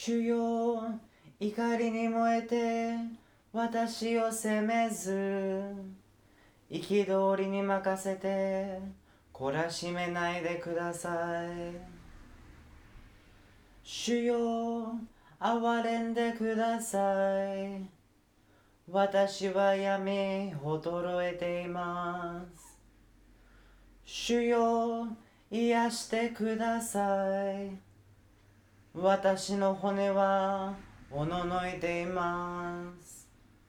主よ、怒りに燃えて私を責めず、憤りに任せて懲らしめないでください。主よ、憐れんでください。私は闇衰えています。主よ、癒してください。私の骨はおののいています。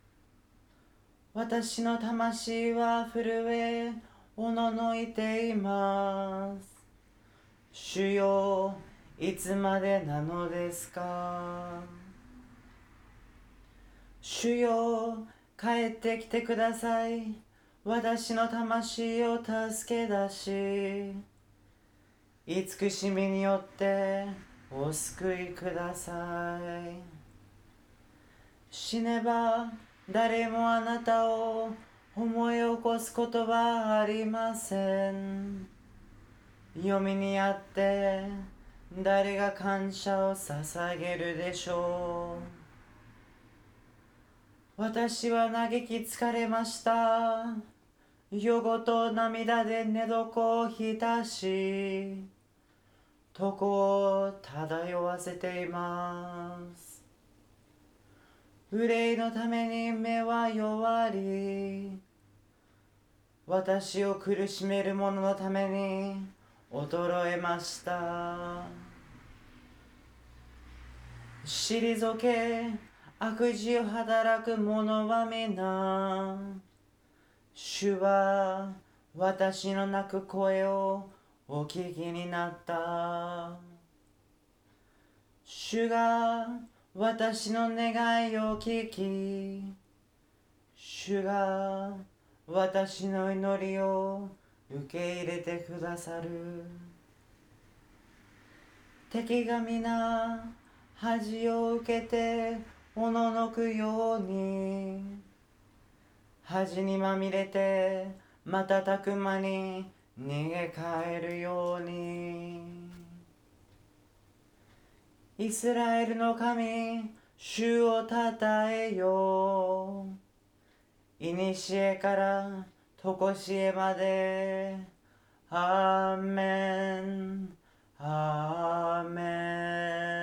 私の魂は震えおののいています。主よ、いつまでなのですか。主よ、帰ってきてください。私の魂を助け出し、慈しみによってお救いください。死ねば誰もあなたを思い起こすことはありません。読みにあって誰が感謝を捧げるでしょう。私は嘆き疲れました。夜ごと涙で寝床を浸し、床を漂わせています。憂いのために目は弱り、私を苦しめる者のために衰えました。退け、悪事を働く者は皆、主は私の泣く声をお聞きになった。主が私の願いを聞き、主が私の祈りを受け入れてくださる。敵が皆恥を受けておののくように、恥にまみれて瞬く間に逃げ帰るように。イスラエルの神、主をたたえよう。いにしえからとこしえまで。アーメン、アーメン。